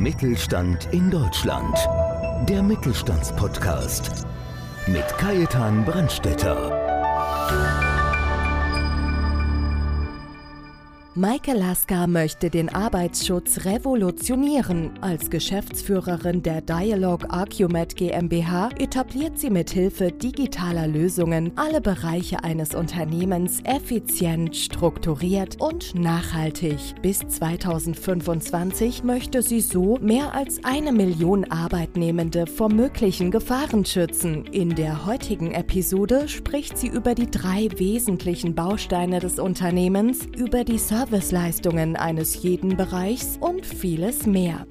Mittelstand in Deutschland. Der Mittelstandspodcast mit Kajetan Brandstetter. Maike Lasker möchte den Arbeitsschutz revolutionieren. Als Geschäftsführerin der Dialog Argumed GmbH etabliert sie mithilfe digitaler Lösungen alle Bereiche eines Unternehmens effizient, strukturiert und nachhaltig. Bis 2025 möchte sie so mehr als 1 Million Arbeitnehmende vor möglichen Gefahren schützen. In der heutigen Episode spricht sie über die 3 wesentlichen Bausteine des Unternehmens, über die Serviceleistungen eines jeden Bereichs und vieles mehr.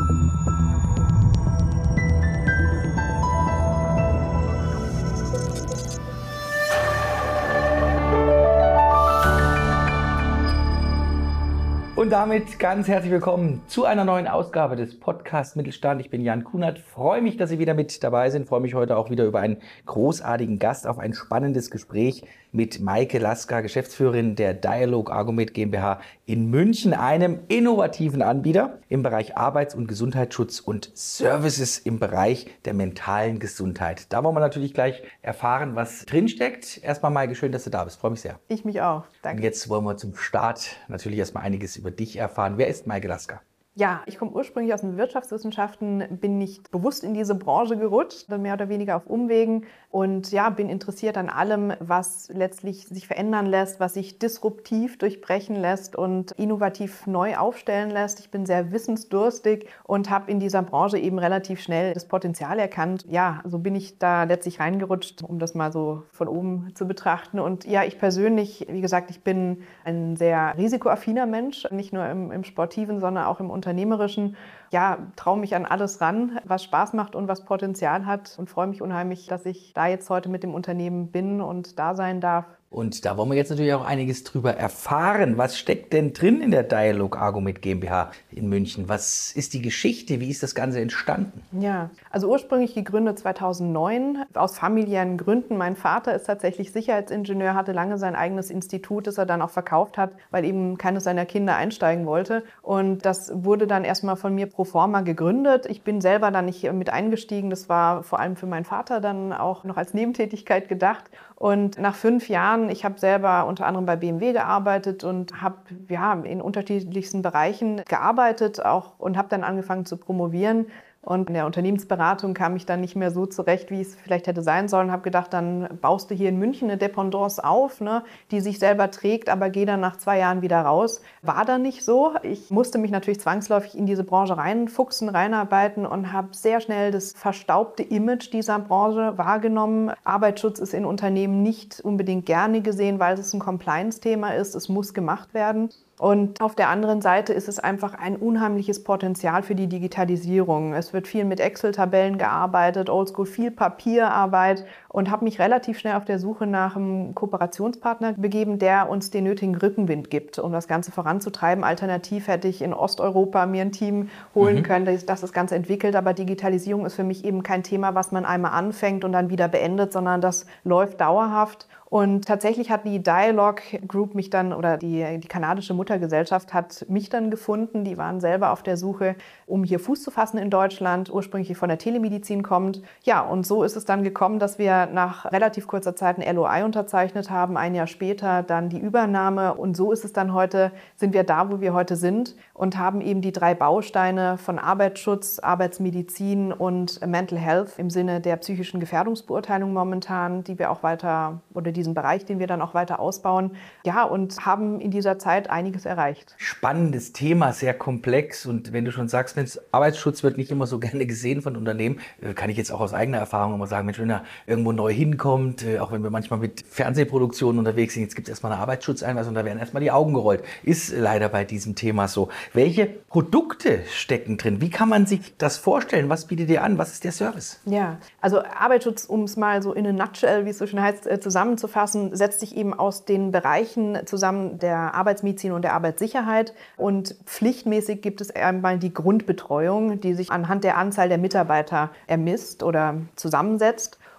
Und damit ganz herzlich willkommen zu einer neuen Ausgabe des Podcast Mittelstand. Ich bin Jan Kunert, freue mich, dass Sie wieder mit dabei sind, freue mich heute auch wieder über einen großartigen Gast auf ein spannendes Gespräch mit Maike Lasker, Geschäftsführerin der Dialog Argumed GmbH in München, einem innovativen Anbieter im Bereich Arbeits- und Gesundheitsschutz und Services im Bereich der mentalen Gesundheit. Da wollen wir natürlich gleich erfahren, was drinsteckt. Erstmal Maike, schön, dass du da bist, freue mich sehr. Ich mich auch, danke. Und jetzt wollen wir zum Start natürlich erstmal einiges über dich erfahren. Wer ist Maike Lasker? Ja, ich komme ursprünglich aus den Wirtschaftswissenschaften, bin nicht bewusst in diese Branche gerutscht, mehr oder weniger auf Umwegen und ja, bin interessiert an allem, was letztlich sich verändern lässt, was sich disruptiv durchbrechen lässt und innovativ neu aufstellen lässt. Ich bin sehr wissensdurstig und habe in dieser Branche eben relativ schnell das Potenzial erkannt. Ja, so bin ich da letztlich reingerutscht, um das mal so von oben zu betrachten. Und ja, ich persönlich, wie gesagt, ich bin ein sehr risikoaffiner Mensch, nicht nur im Sportiven, sondern auch im Unternehmerischen. Ja, traue mich an alles ran, was Spaß macht und was Potenzial hat und freue mich unheimlich, dass ich da jetzt heute mit dem Unternehmen bin und da sein darf. Und da wollen wir jetzt natürlich auch einiges drüber erfahren. Was steckt denn drin in der Dialog Argumed GmbH in München? Was ist die Geschichte? Wie ist das Ganze entstanden? Ja, also ursprünglich gegründet 2009 aus familiären Gründen. Mein Vater ist tatsächlich Sicherheitsingenieur, hatte lange sein eigenes Institut, das er dann auch verkauft hat, weil eben keines seiner Kinder einsteigen wollte. Und das wurde dann erstmal von mir pro forma gegründet. Ich bin selber dann nicht mit eingestiegen. Das war vor allem für meinen Vater dann auch noch als Nebentätigkeit gedacht. Und nach 5 Jahren, ich habe selber unter anderem bei BMW gearbeitet und habe in unterschiedlichsten Bereichen gearbeitet auch und habe dann angefangen zu promovieren. Und in der Unternehmensberatung kam ich dann nicht mehr so zurecht, wie es vielleicht hätte sein sollen. Habe gedacht, dann baust du hier in München eine Dependance auf, die sich selber trägt, aber geh dann nach 2 Jahren wieder raus. War dann nicht so. Ich musste mich natürlich zwangsläufig in diese Branche reinfuchsen, reinarbeiten und habe sehr schnell das verstaubte Image dieser Branche wahrgenommen. Arbeitsschutz ist in Unternehmen nicht unbedingt gerne gesehen, weil es ein Compliance-Thema ist. Es muss gemacht werden. Und auf der anderen Seite ist es einfach ein unheimliches Potenzial für die Digitalisierung. Es wird viel mit Excel-Tabellen gearbeitet, oldschool, viel Papierarbeit und habe mich relativ schnell auf der Suche nach einem Kooperationspartner begeben, der uns den nötigen Rückenwind gibt, um das Ganze voranzutreiben. Alternativ hätte ich in Osteuropa mir ein Team holen können, das Ganze entwickelt. Aber Digitalisierung ist für mich eben kein Thema, was man einmal anfängt und dann wieder beendet, sondern das läuft dauerhaft. Und tatsächlich hat die Dialog Group mich dann, oder die kanadische Muttergesellschaft hat mich dann gefunden. Die waren selber auf der Suche, um hier Fuß zu fassen in Deutschland, ursprünglich von der Telemedizin kommend. Ja, und so ist es dann gekommen, dass wir nach relativ kurzer Zeit ein LOI unterzeichnet haben, 1 Jahr später dann die Übernahme. Und so ist es dann heute, sind wir da, wo wir heute sind und haben eben die 3 Bausteine von Arbeitsschutz, Arbeitsmedizin und Mental Health im Sinne der psychischen Gefährdungsbeurteilung momentan, die wir auch weiter, oder diesen Bereich, den wir dann auch weiter ausbauen, ja, und haben in dieser Zeit einiges erreicht. Spannendes Thema, sehr komplex. Und wenn du schon sagst, Mensch, Arbeitsschutz wird nicht immer so gerne gesehen von Unternehmen, kann ich jetzt auch aus eigener Erfahrung immer sagen, Mensch, wenn er irgendwo neu hinkommt, auch wenn wir manchmal mit Fernsehproduktionen unterwegs sind, jetzt gibt es erstmal eine Arbeitsschutzeinweisung, da werden erstmal die Augen gerollt. Ist leider bei diesem Thema so. Welche Produkte stecken drin? Wie kann man sich das vorstellen? Was bietet ihr an? Was ist der Service? Ja, also Arbeitsschutz, um es mal so in a nutshell, wie es so schön heißt, zusammenzufassen, setzt sich eben aus den Bereichen zusammen der Arbeitsmedizin und der Arbeitssicherheit. Und pflichtmäßig gibt es einmal die Grundbetreuung, die sich anhand der Anzahl der Mitarbeiter ermisst oder zusammensetzt.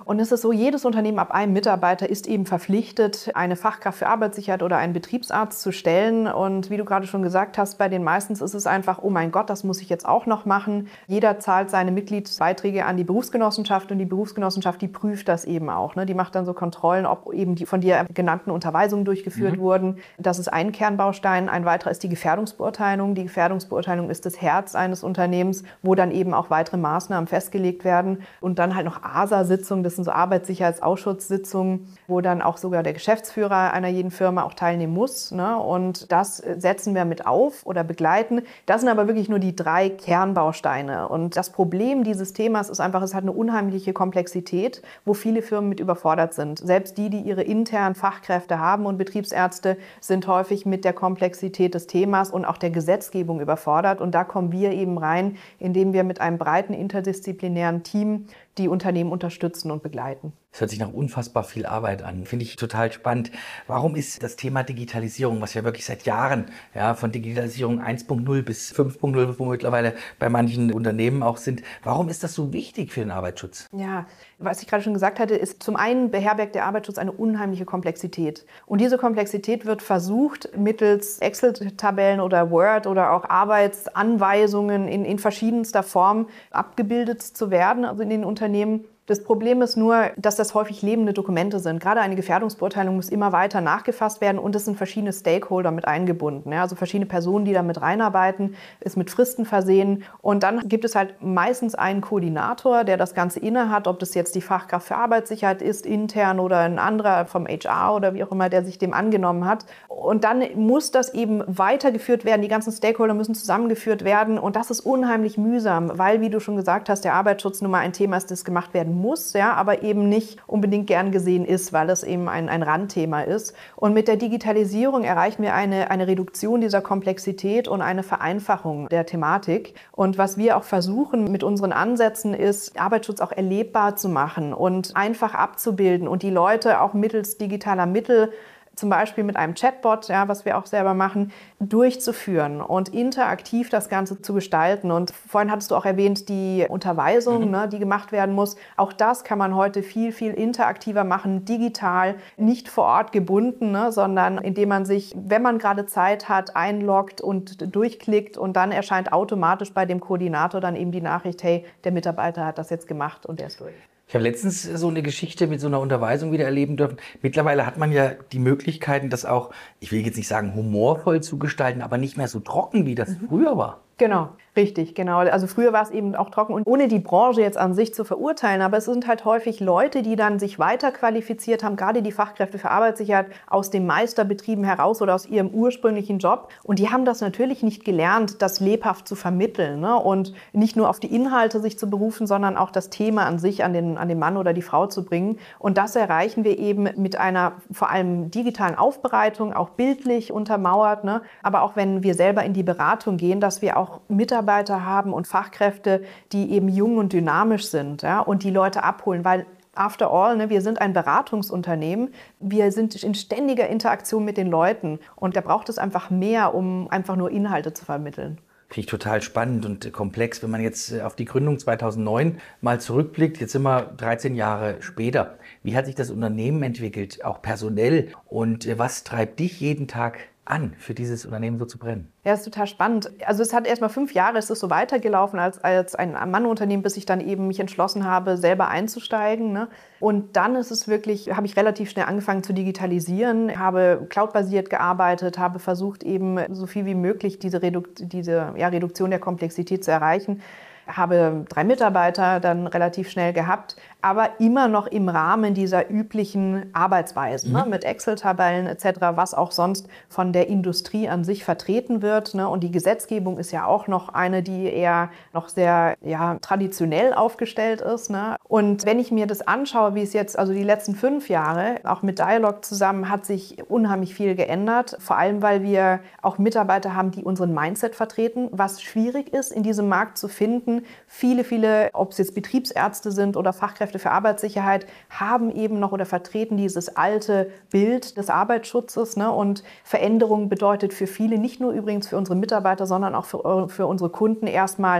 Und es ist so, jedes Unternehmen ab einem Mitarbeiter ist eben verpflichtet, eine Fachkraft für Arbeitssicherheit oder einen Betriebsarzt zu stellen. Und wie du gerade schon gesagt hast, bei den meisten ist es einfach, oh mein Gott, das muss ich jetzt auch noch machen. Jeder zahlt seine Mitgliedsbeiträge an die Berufsgenossenschaft und die Berufsgenossenschaft, die prüft das eben auch. Ne? Die macht dann so Kontrollen, ob eben die von dir genannten Unterweisungen durchgeführt wurden. Das ist ein Kernbaustein. Ein weiterer ist die Gefährdungsbeurteilung. Die Gefährdungsbeurteilung ist das Herz eines Unternehmens, wo dann eben auch weitere Maßnahmen festgelegt werden. Und dann halt noch ASA-Sitzungen, das sind so Arbeitssicherheitsausschusssitzungen, wo dann auch sogar der Geschäftsführer einer jeden Firma auch teilnehmen muss. Ne? Und das setzen wir mit auf oder begleiten. Das sind aber wirklich nur die 3 Kernbausteine. Und das Problem dieses Themas ist einfach, es hat eine unheimliche Komplexität, wo viele Firmen mit überfordert sind. Selbst die ihre internen Fachkräfte haben und Betriebsärzte sind häufig mit der Komplexität des Themas und auch der Gesetzgebung überfordert. Und da kommen wir eben rein, indem wir mit einem breiten interdisziplinären Team die Unternehmen unterstützen und begleiten. Das hört sich nach unfassbar viel Arbeit an. Finde ich total spannend. Warum ist das Thema Digitalisierung, was ja wirklich seit Jahren, von Digitalisierung 1.0 bis 5.0, wo wir mittlerweile bei manchen Unternehmen auch sind, warum ist das so wichtig für den Arbeitsschutz? Ja, was ich gerade schon gesagt hatte, ist zum einen beherbergt der Arbeitsschutz eine unheimliche Komplexität. Und diese Komplexität wird versucht, mittels Excel-Tabellen oder Word oder auch Arbeitsanweisungen in verschiedenster Form abgebildet zu werden, also in den Unternehmen. Das Problem ist nur, dass das häufig lebende Dokumente sind. Gerade eine Gefährdungsbeurteilung muss immer weiter nachgefasst werden und es sind verschiedene Stakeholder mit eingebunden. Ja, also verschiedene Personen, die da mit reinarbeiten, ist mit Fristen versehen. Und dann gibt es halt meistens einen Koordinator, der das Ganze innehat, ob das jetzt die Fachkraft für Arbeitssicherheit ist, intern oder ein anderer vom HR oder wie auch immer, der sich dem angenommen hat. Und dann muss das eben weitergeführt werden. Die ganzen Stakeholder müssen zusammengeführt werden und das ist unheimlich mühsam, weil, wie du schon gesagt hast, der Arbeitsschutz nun mal ein Thema ist, das gemacht werden muss, aber eben nicht unbedingt gern gesehen ist, weil es eben ein Randthema ist. Und mit der Digitalisierung erreichen wir eine Reduktion dieser Komplexität und eine Vereinfachung der Thematik. Und was wir auch versuchen mit unseren Ansätzen ist, Arbeitsschutz auch erlebbar zu machen und einfach abzubilden und die Leute auch mittels digitaler Mittel, zum Beispiel mit einem Chatbot, was wir auch selber machen, durchzuführen und interaktiv das Ganze zu gestalten. Und vorhin hattest du auch erwähnt, die Unterweisung, die gemacht werden muss. Auch das kann man heute viel, viel interaktiver machen, digital, nicht vor Ort gebunden, sondern indem man sich, wenn man gerade Zeit hat, einloggt und durchklickt und dann erscheint automatisch bei dem Koordinator dann eben die Nachricht, hey, der Mitarbeiter hat das jetzt gemacht und der ist durch. Ich habe letztens so eine Geschichte mit so einer Unterweisung wieder erleben dürfen. Mittlerweile hat man ja die Möglichkeiten, das auch, ich will jetzt nicht sagen humorvoll zu gestalten, aber nicht mehr so trocken, wie das früher war. Genau, richtig, genau. Also früher war es eben auch trocken und ohne die Branche jetzt an sich zu verurteilen, aber es sind halt häufig Leute, die dann sich weiter qualifiziert haben, gerade die Fachkräfte für Arbeitssicherheit aus den Meisterbetrieben heraus oder aus ihrem ursprünglichen Job und die haben das natürlich nicht gelernt, das lebhaft zu vermitteln, und nicht nur auf die Inhalte sich zu berufen, sondern auch das Thema an sich an den Mann oder die Frau zu bringen und das erreichen wir eben mit einer vor allem digitalen Aufbereitung, auch bildlich untermauert, aber auch wenn wir selber in die Beratung gehen, dass wir auch Mitarbeiter haben und Fachkräfte, die eben jung und dynamisch sind, und die Leute abholen, weil after all, wir sind ein Beratungsunternehmen, wir sind in ständiger Interaktion mit den Leuten und da braucht es einfach mehr, um einfach nur Inhalte zu vermitteln. Finde ich total spannend und komplex, wenn man jetzt auf die Gründung 2009 mal zurückblickt. Jetzt sind wir 13 Jahre später. Wie hat sich das Unternehmen entwickelt, auch personell? Und was treibt dich jeden Tag an, für dieses Unternehmen so zu brennen? Ja, das ist total spannend. Also es hat erst mal 5 Jahre, es ist so weitergelaufen als ein Mannunternehmen, bis ich dann eben mich entschlossen habe, selber einzusteigen. Und dann ist es wirklich, habe ich relativ schnell angefangen zu digitalisieren, habe cloudbasiert gearbeitet, habe versucht eben so viel wie möglich diese Reduktion der Komplexität zu erreichen. Habe 3 Mitarbeiter dann relativ schnell gehabt, aber immer noch im Rahmen dieser üblichen Arbeitsweisen, mit Excel-Tabellen etc., was auch sonst von der Industrie an sich vertreten wird. Und die Gesetzgebung ist ja auch noch eine, die eher noch sehr traditionell aufgestellt ist. Und wenn ich mir das anschaue, wie es jetzt, also die letzten 5 Jahre, auch mit Dialog zusammen, hat sich unheimlich viel geändert. Vor allem, weil wir auch Mitarbeiter haben, die unseren Mindset vertreten, was schwierig ist, in diesem Markt zu finden. Viele, ob es jetzt Betriebsärzte sind oder Fachkräfte für Arbeitssicherheit, haben eben noch oder vertreten dieses alte Bild des Arbeitsschutzes. Und Veränderung bedeutet für viele, nicht nur übrigens für unsere Mitarbeiter, sondern auch für unsere Kunden erstmal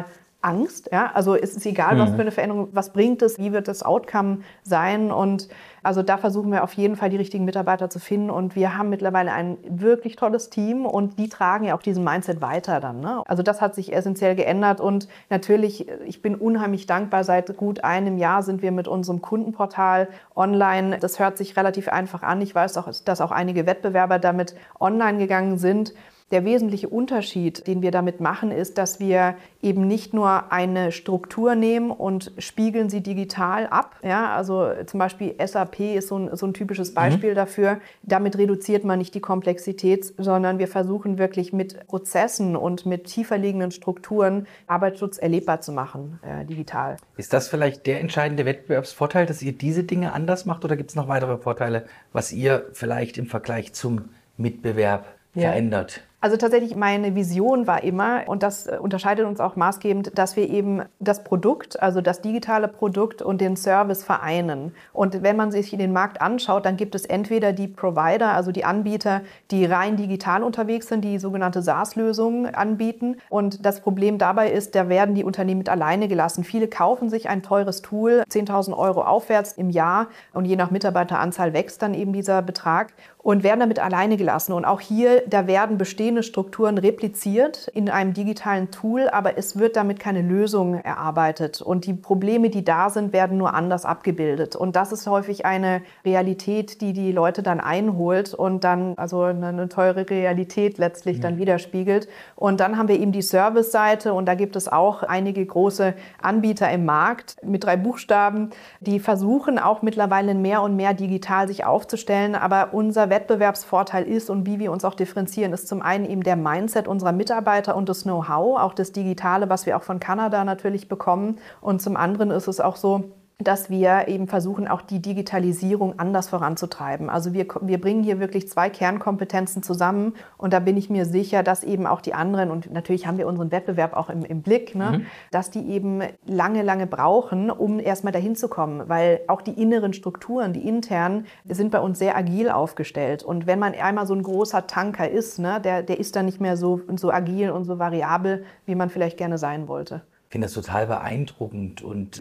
Angst. Ja? Also es ist egal, was für eine Veränderung, was bringt es, wie wird das Outcome sein. Und also da versuchen wir auf jeden Fall die richtigen Mitarbeiter zu finden. Und wir haben mittlerweile ein wirklich tolles Team und die tragen ja auch diesen Mindset weiter dann. Ne? Also das hat sich essentiell geändert. Und natürlich, ich bin unheimlich dankbar. Seit gut einem Jahr sind wir mit unserem Kundenportal online. Das hört sich relativ einfach an. Ich weiß auch, dass auch einige Wettbewerber damit online gegangen sind. Der wesentliche Unterschied, den wir damit machen, ist, dass wir eben nicht nur eine Struktur nehmen und spiegeln sie digital ab. Ja, also zum Beispiel SAP ist so ein typisches Beispiel dafür. Damit reduziert man nicht die Komplexität, sondern wir versuchen wirklich mit Prozessen und mit tiefer liegenden Strukturen Arbeitsschutz erlebbar zu machen, digital. Ist das vielleicht der entscheidende Wettbewerbsvorteil, dass ihr diese Dinge anders macht oder gibt es noch weitere Vorteile, was ihr vielleicht im Vergleich zum Mitbewerb verändert? Also tatsächlich meine Vision war immer, und das unterscheidet uns auch maßgebend, dass wir eben das Produkt, also das digitale Produkt und den Service vereinen. Und wenn man sich den Markt anschaut, dann gibt es entweder die Provider, also die Anbieter, die rein digital unterwegs sind, die sogenannte SaaS-Lösungen anbieten. Und das Problem dabei ist, da werden die Unternehmen mit alleine gelassen. Viele kaufen sich ein teures Tool, 10.000 € aufwärts im Jahr und je nach Mitarbeiteranzahl wächst dann eben dieser Betrag und werden damit alleine gelassen. Und auch hier, da werden bestehende Strukturen repliziert in einem digitalen Tool, aber es wird damit keine Lösung erarbeitet. Und die Probleme, die da sind, werden nur anders abgebildet. Und das ist häufig eine Realität, die die Leute dann einholt und dann also eine teure Realität letztlich dann widerspiegelt. Und dann haben wir eben die Service-Seite und da gibt es auch einige große Anbieter im Markt mit 3 Buchstaben, die versuchen auch mittlerweile mehr und mehr digital sich aufzustellen. Aber unser Wettbewerbsvorteil ist und wie wir uns auch differenzieren, ist zum einen eben der Mindset unserer Mitarbeiter und das Know-how, auch das Digitale, was wir auch von Kanada natürlich bekommen. Und zum anderen ist es auch so, dass wir eben versuchen, auch die Digitalisierung anders voranzutreiben. Also wir bringen hier wirklich 2 Kernkompetenzen zusammen und da bin ich mir sicher, dass eben auch die anderen, und natürlich haben wir unseren Wettbewerb auch im Blick, ne, dass die eben lange brauchen, um erstmal dahin zu kommen, weil auch die inneren Strukturen, die internen, sind bei uns sehr agil aufgestellt. Und wenn man einmal so ein großer Tanker ist, ne, der ist dann nicht mehr so agil und so variabel, wie man vielleicht gerne sein wollte. Ich finde das total beeindruckend. Und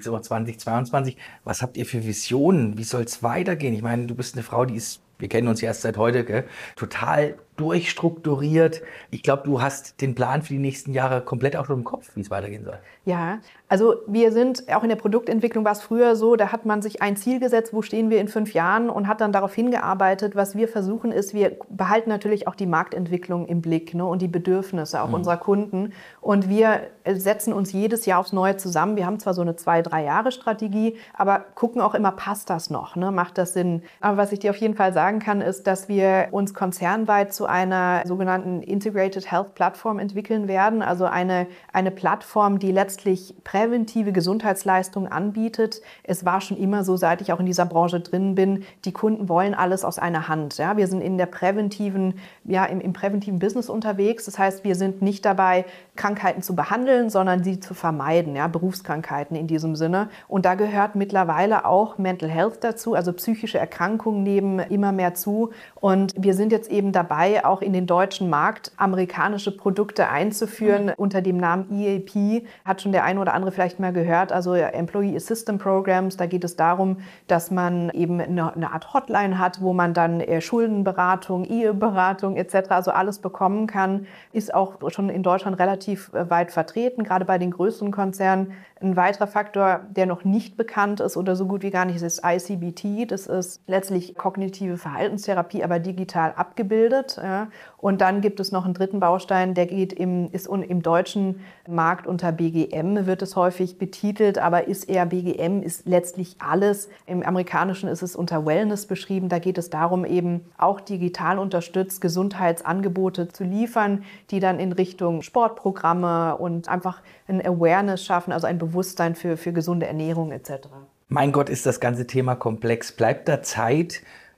2022, was habt ihr für Visionen? Wie soll es weitergehen? Ich meine, du bist eine Frau, die ist, wir kennen uns ja erst seit heute, gell? Total durchstrukturiert. Ich glaube, du hast den Plan für die nächsten Jahre komplett auch schon im Kopf, wie es weitergehen soll. Ja, also wir sind, auch in der Produktentwicklung war es früher so, da hat man sich ein Ziel gesetzt, wo stehen wir in 5 Jahren und hat dann darauf hingearbeitet. Was wir versuchen ist, wir behalten natürlich auch die Marktentwicklung im Blick, ne, und die Bedürfnisse auch unserer Kunden. Und wir setzen uns jedes Jahr aufs Neue zusammen. Wir haben zwar so eine 2-3 Jahre Strategie, aber gucken auch immer, passt das noch, ne? Macht das Sinn? Aber was ich dir auf jeden Fall sagen kann, ist, dass wir uns konzernweit zu einer sogenannten Integrated Health Plattform entwickeln werden. Also eine Plattform, die letztlich präventive Gesundheitsleistungen anbietet. Es war schon immer so, seit ich auch in dieser Branche drin bin, die Kunden wollen alles aus einer Hand. Ja? Wir sind in der präventiven, im präventiven Business unterwegs. Das heißt, wir sind nicht dabei, Krankheiten zu behandeln, sondern sie zu vermeiden, ja? Berufskrankheiten in diesem Sinne. Und da gehört mittlerweile auch Mental Health dazu, also psychische Erkrankungen nehmen immer mehr zu. Und wir sind jetzt eben dabei, auch in den deutschen Markt amerikanische Produkte einzuführen unter dem Namen EAP. Hat schon der eine oder andere vielleicht mal gehört, also Employee Assistance Programs. Da geht es darum, dass man eben eine Art Hotline hat, wo man dann Schuldenberatung, Eheberatung etc., also alles bekommen kann. Ist auch schon in Deutschland relativ weit vertreten, gerade bei den größeren Konzernen. Ein weiterer Faktor, der noch nicht bekannt ist oder so gut wie gar nicht, ist ICBT. Das ist letztlich kognitive Verhaltenstherapie, aber digital abgebildet. Ja. Und dann gibt es noch einen dritten Baustein, der ist im deutschen Markt unter BGM, wird es häufig betitelt, aber ist eher BGM, ist letztlich alles. Im Amerikanischen ist es unter Wellness beschrieben. Da geht es darum, eben auch digital unterstützt Gesundheitsangebote zu liefern, die dann in Richtung Sportprogramme und einfach ein Awareness schaffen, also ein Bewusstsein für gesunde Ernährung etc. Mein Gott, ist das ganze Thema komplex. Bleibt da Zeit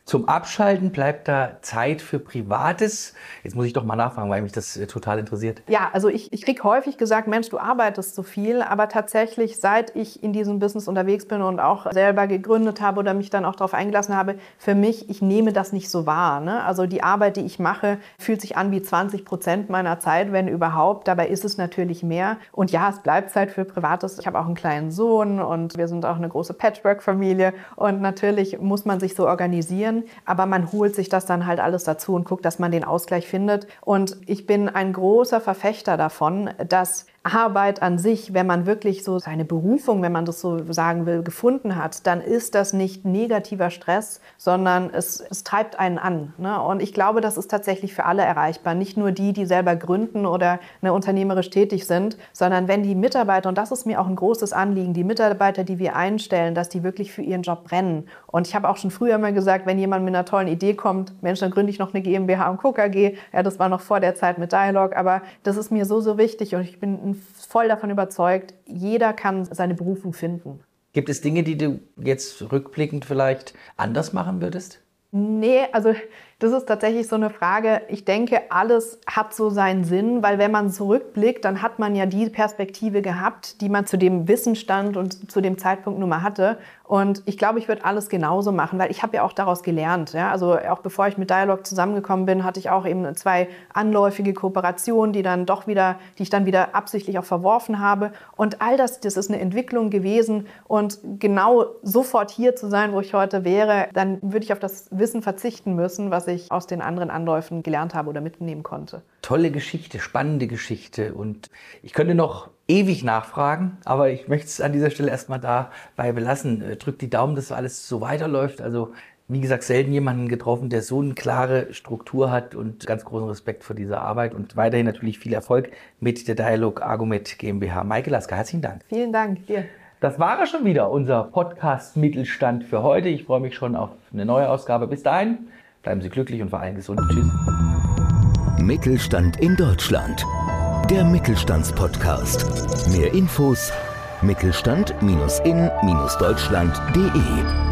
Zum Abschalten bleibt da Zeit für Privates. Jetzt muss ich doch mal nachfragen, weil mich das total interessiert. Ja, also ich kriege häufig gesagt, Mensch, du arbeitest so viel, aber tatsächlich, seit ich in diesem Business unterwegs bin und auch selber gegründet habe oder mich dann auch darauf eingelassen habe, für mich, ich nehme das nicht so wahr. Ne? Also die Arbeit, die ich mache, fühlt sich an wie 20% meiner Zeit, wenn überhaupt. Dabei ist es natürlich mehr. Und ja, es bleibt Zeit für Privates. Ich habe auch einen kleinen Sohn und wir sind auch eine große Patchwork-Familie. Und natürlich muss man sich so organisieren, aber man holt sich das dann halt alles dazu und guckt, dass man den Ausgleich findet. Und ich bin ein großer Verfechter davon, dass Arbeit an sich, wenn man wirklich so seine Berufung, wenn man das so sagen will, gefunden hat, dann ist das nicht negativer Stress, sondern es treibt einen an. Ne? Und ich glaube, das ist tatsächlich für alle erreichbar. Nicht nur die selber gründen oder unternehmerisch tätig sind, sondern wenn die Mitarbeiter, und das ist mir auch ein großes Anliegen, die Mitarbeiter, die wir einstellen, dass die wirklich für ihren Job brennen. Und ich habe auch schon früher mal gesagt, wenn jemand mit einer tollen Idee kommt, Mensch, dann gründe ich noch eine GmbH und Co. KG. Ja, das war noch vor der Zeit mit Dialog, aber das ist mir so wichtig und ich bin voll davon überzeugt, jeder kann seine Berufung finden. Gibt es Dinge, die du jetzt rückblickend vielleicht anders machen würdest? Nee, also das ist tatsächlich so eine Frage. Ich denke, alles hat so seinen Sinn, weil wenn man zurückblickt, dann hat man ja die Perspektive gehabt, die man zu dem Wissensstand und zu dem Zeitpunkt nun mal hatte. Und ich glaube, ich würde alles genauso machen, weil ich habe ja auch daraus gelernt. Ja? Also auch bevor ich mit Dialog zusammengekommen bin, hatte ich auch eben 2 anläufige Kooperationen, die ich dann wieder absichtlich auch verworfen habe. Und all das ist eine Entwicklung gewesen. Und genau sofort hier zu sein, wo ich heute wäre, dann würde ich auf das Wissen verzichten müssen, was ich aus den anderen Anläufen gelernt habe oder mitnehmen konnte. Tolle Geschichte, spannende Geschichte. Und ich könnte noch ewig nachfragen, aber ich möchte es an dieser Stelle erstmal dabei belassen. Drückt die Daumen, dass alles so weiterläuft. Also wie gesagt, selten jemanden getroffen, der so eine klare Struktur hat, und ganz großen Respekt vor dieser Arbeit und weiterhin natürlich viel Erfolg mit der Dialog Argomed GmbH. Maike Lasker, herzlichen Dank. Vielen Dank dir. Das war schon wieder unser Podcast Mittelstand für heute. Ich freue mich schon auf eine neue Ausgabe. Bis dahin, bleiben Sie glücklich und vor allem gesund. Tschüss. Mittelstand in Deutschland. Der Mittelstandspodcast. Mehr Infos: mittelstand-in-deutschland.de